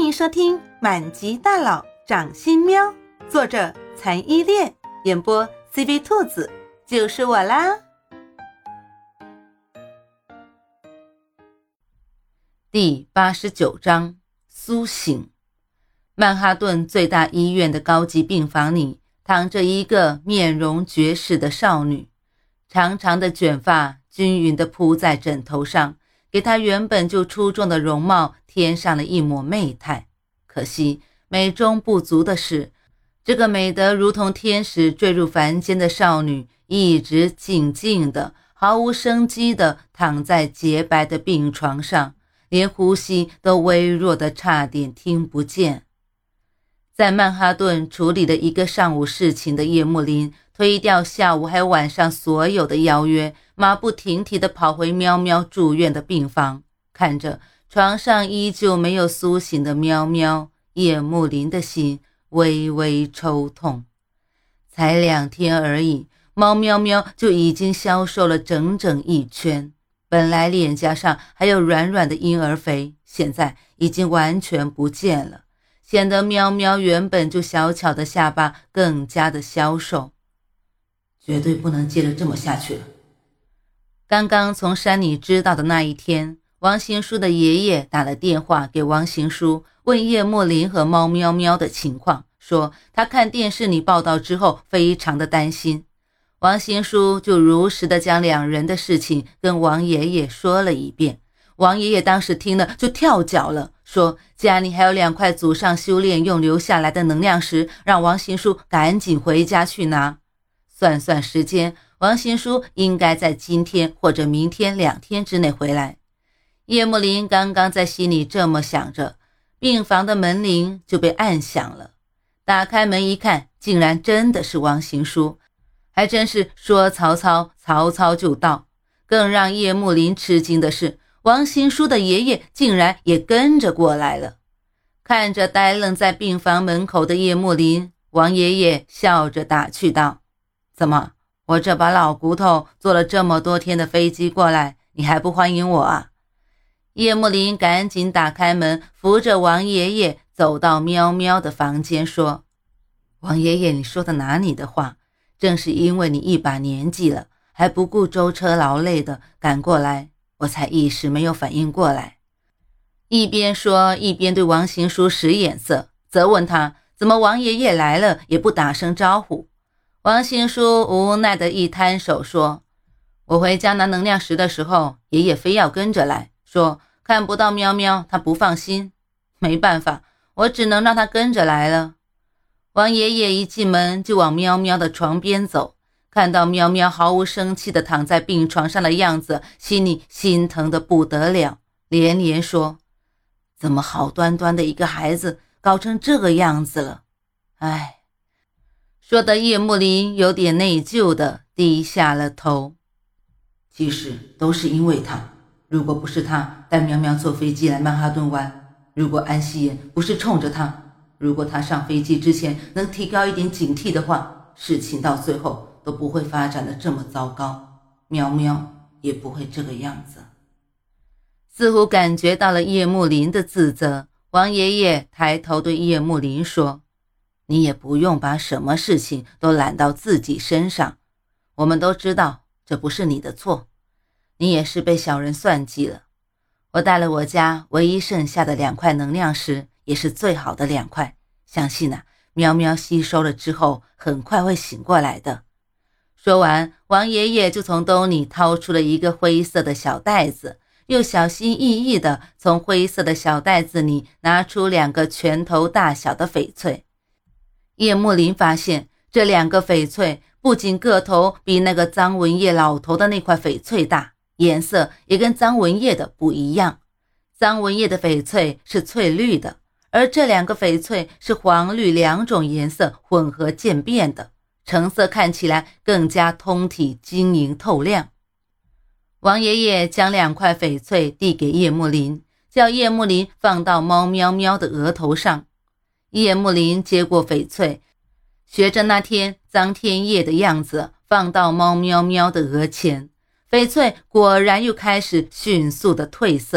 迎收听《满级大佬掌心喵》，作者残依恋，演播 CV 兔子，就是我啦。第89章苏醒。曼哈顿最大医院的高级病房里，躺着一个面容绝世的少女，长长的卷发均匀地铺在枕头上，给她原本就出众的容貌添上了一抹媚态。可惜美中不足的是，这个美得如同天使坠入凡间的少女一直静静的毫无生机地躺在洁白的病床上，连呼吸都微弱的差点听不见。在曼哈顿处理了一个上午事情的叶慕林推掉下午还有晚上所有的邀约，马不停蹄地跑回喵喵住院的病房，看着床上依旧没有苏醒的喵喵，叶慕林的心微微抽痛。才2天而已，猫喵喵就已经消瘦了整整1圈，本来脸颊上还有软软的婴儿肥，现在已经完全不见了，显得喵喵原本就小巧的下巴更加的消瘦。绝对不能接着这么下去了。刚刚从山里知道的那一天，王行书的爷爷打了电话给王行书，问叶慕林和猫喵喵的情况，说他看电视里报道之后非常的担心。王行书就如实的将2人的事情跟王爷爷说了一遍。王爷爷当时听了就跳脚了，说家里还有2块祖上修炼用留下来的能量石，让王行书赶紧回家去拿。算算时间，王行书应该在今天或者明天2天之内回来。叶慕林刚刚在心里这么想着，病房的门铃就被按响了。打开门一看，竟然真的是王行书，还真是说曹操，曹操就到。更让叶慕林吃惊的是，王行书的爷爷竟然也跟着过来了。看着呆愣在病房门口的叶慕林，王爷爷笑着打趣道：怎么，我这把老骨头坐了这么多天的飞机过来，你还不欢迎我啊？叶慕林赶紧打开门，扶着王爷爷走到喵喵的房间，说：王爷爷，你说的哪里的话，正是因为你一把年纪了，还不顾舟车劳累的赶过来，我才一时没有反应过来。一边说一边对王行书使眼色，责问他怎么王爷爷来了也不打声招呼。王行书无奈的一摊手说：我回家拿能量石的时候，爷爷非要跟着来，说看不到喵喵他不放心，没办法，我只能让他跟着来了。王爷爷一进门就往喵喵的床边走，看到喵喵毫无生气的躺在病床上的样子，心里心疼的不得了，连连说：怎么好端端的一个孩子搞成这个样子了，唉。说的叶慕林有点内疚的低下了头。其实都是因为他，如果不是他带喵喵坐飞机来曼哈顿湾，如果安息妍不是冲着他，如果他上飞机之前能提高一点警惕的话，事情到最后都不会发展的这么糟糕，喵喵也不会这个样子。似乎感觉到了叶慕林的自责，王爷爷抬头对叶慕林说：你也不用把什么事情都揽到自己身上，我们都知道这不是你的错，你也是被小人算计了。我带了我家唯一剩下的2块能量石，也是最好的2块，相信喵喵吸收了之后很快会醒过来的。说完，王爷爷就从兜里掏出了一个灰色的小袋子，又小心翼翼地从灰色的小袋子里拿出2个拳头大小的翡翠。叶慕林发现这2个翡翠不仅个头比那个臧文业老头的那块翡翠大，颜色也跟臧文业的不一样。臧文业的翡翠是翠绿的，而这2个翡翠是黄绿2种颜色混合渐变的，成色看起来更加通体晶莹透亮。王爷爷将2块翡翠递给叶慕林，叫叶慕林放到猫喵喵的额头上。叶慕林接过翡翠，学着那天臧天业的样子放到猫喵喵的额前，翡翠果然又开始迅速的褪色，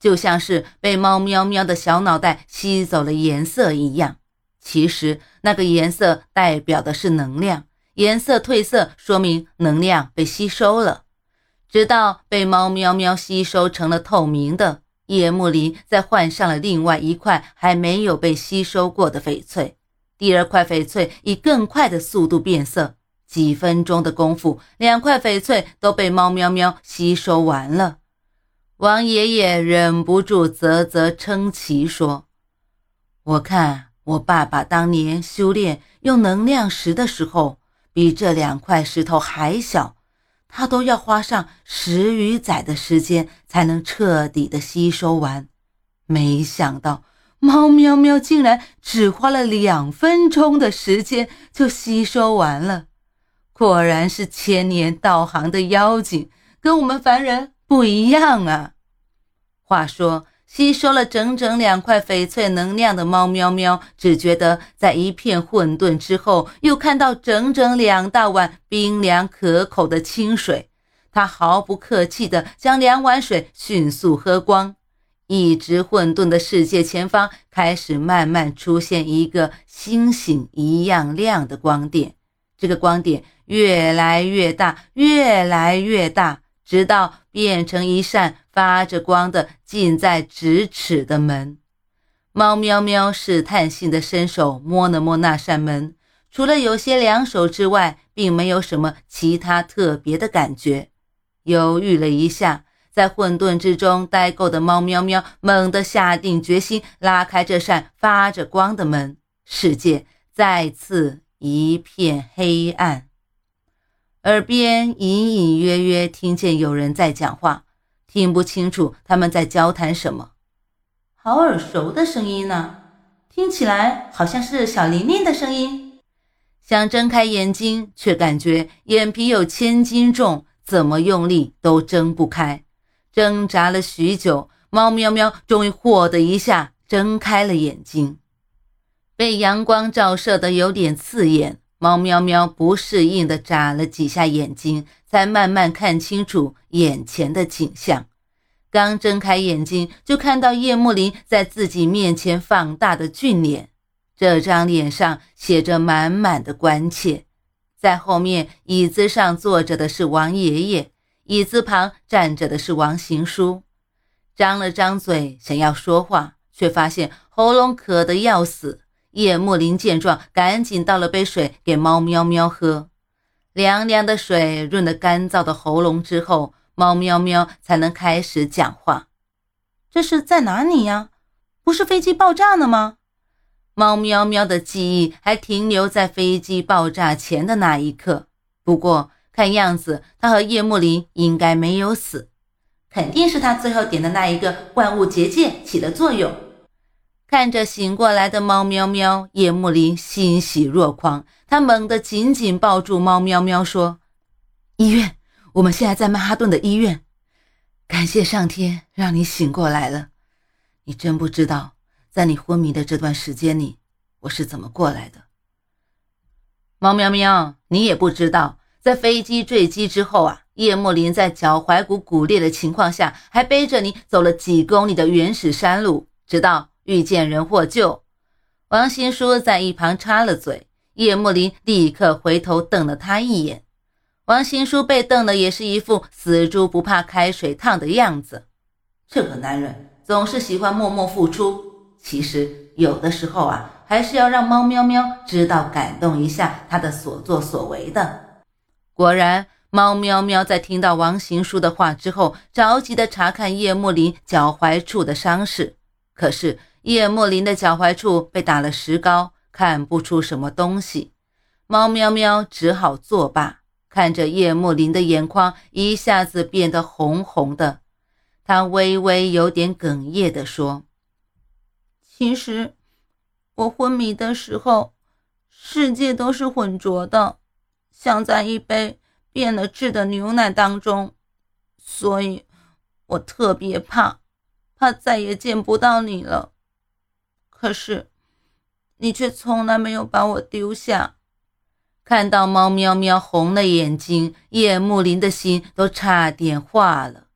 就像是被猫喵喵的小脑袋吸走了颜色一样。其实那个颜色代表的是能量，颜色褪色说明能量被吸收了。直到被猫喵喵吸收成了透明的，叶幕林再换上了另外一块还没有被吸收过的翡翠。第二块翡翠以更快的速度变色，几分钟的功夫，2块翡翠都被猫喵喵吸收完了。王爷爷忍不住啧啧称奇说，我看我爸爸当年修炼用能量石的时候，比这2块石头还小，他都要花上10余载的时间才能彻底的吸收完。没想到猫喵喵竟然只花了2分钟的时间就吸收完了，果然是千年道行的妖精，跟我们凡人不一样啊。话说吸收了整整2块翡翠能量的猫喵喵，只觉得在一片混沌之后，又看到整整2大碗冰凉可口的清水。他毫不客气地将2碗水迅速喝光。一直混沌的世界前方开始慢慢出现一个星星一样亮的光点，这个光点越来越大，越来越大，直到变成一扇发着光的近在咫尺的门。猫喵喵试探性的伸手摸了摸那扇门，除了有些凉手之外，并没有什么其他特别的感觉。犹豫了一下，在混沌之中待够的猫喵喵猛地下定决心，拉开这扇发着光的门，世界再次一片黑暗。耳边隐隐约约听见有人在讲话，听不清楚他们在交谈什么。好耳熟的声音呢，听起来好像是小玲玲的声音。想睁开眼睛，却感觉眼皮有1000斤重，怎么用力都睁不开。挣扎了许久，猫喵喵终于嚯的一下睁开了眼睛。被阳光照射得有点刺眼，猫喵喵不适应地眨了几下眼睛，才慢慢看清楚眼前的景象。刚睁开眼睛，就看到叶幕林在自己面前放大的俊脸，这张脸上写着满满的关切。在后面椅子上坐着的是王爷爷，椅子旁站着的是王行书。张了张嘴想要说话，却发现喉咙渴得要死。叶幕林见状，赶紧倒了杯水给猫喵喵喝。凉凉的水润了干燥的喉咙之后，猫喵喵才能开始讲话。这是在哪里呀？不是飞机爆炸了吗？猫喵喵的记忆还停留在飞机爆炸前的那一刻，不过看样子他和叶幕林应该没有死，肯定是他最后点的那一个万物结界起了作用。看着醒过来的猫喵喵，叶幕林欣喜若狂，他猛地紧紧抱住猫喵喵说，医院，我们现在在曼哈顿的医院，感谢上天让你醒过来了。你真不知道在你昏迷的这段时间里我是怎么过来的。猫喵喵，你也不知道，在飞机坠机之后啊，叶幕林在脚踝骨骨裂的情况下，还背着你走了几公里的原始山路，直到遇见人获救。王行书在一旁插了嘴，叶幕林立刻回头瞪了他一眼。王行书被瞪的也是一副死猪不怕开水烫的样子。这个男人总是喜欢默默付出，其实有的时候啊，还是要让猫喵喵知道感动一下他的所作所为的。果然，猫喵喵在听到王行书的话之后，着急地查看叶幕林脚踝处的伤势。可是叶幕林的脚踝处被打了石膏，看不出什么东西。猫喵喵只好作罢，看着叶幕林的眼眶一下子变得红红的。他微微有点哽咽地说，其实我昏迷的时候，世界都是浑浊的，像在一杯变了质的牛奶当中，所以我特别怕再也见不到你了。可是你却从来没有把我丢下。看到猫喵喵红了眼睛，叶幕林的心都差点化了。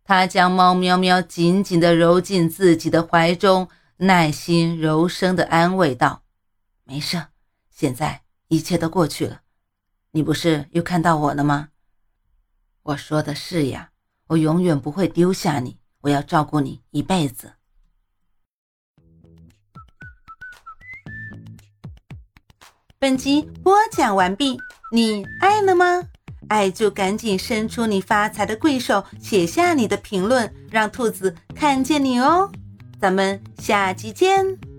他将猫喵喵紧紧地揉进自己的怀中，耐心柔声地安慰道：没事，现在一切都过去了。你不是又看到我了吗？我说的是呀，我永远不会丢下你，我要照顾你一辈子。本集播讲完毕，你爱了吗？爱就赶紧伸出你发财的贵手，写下你的评论，让兔子看见你哦。咱们下集见。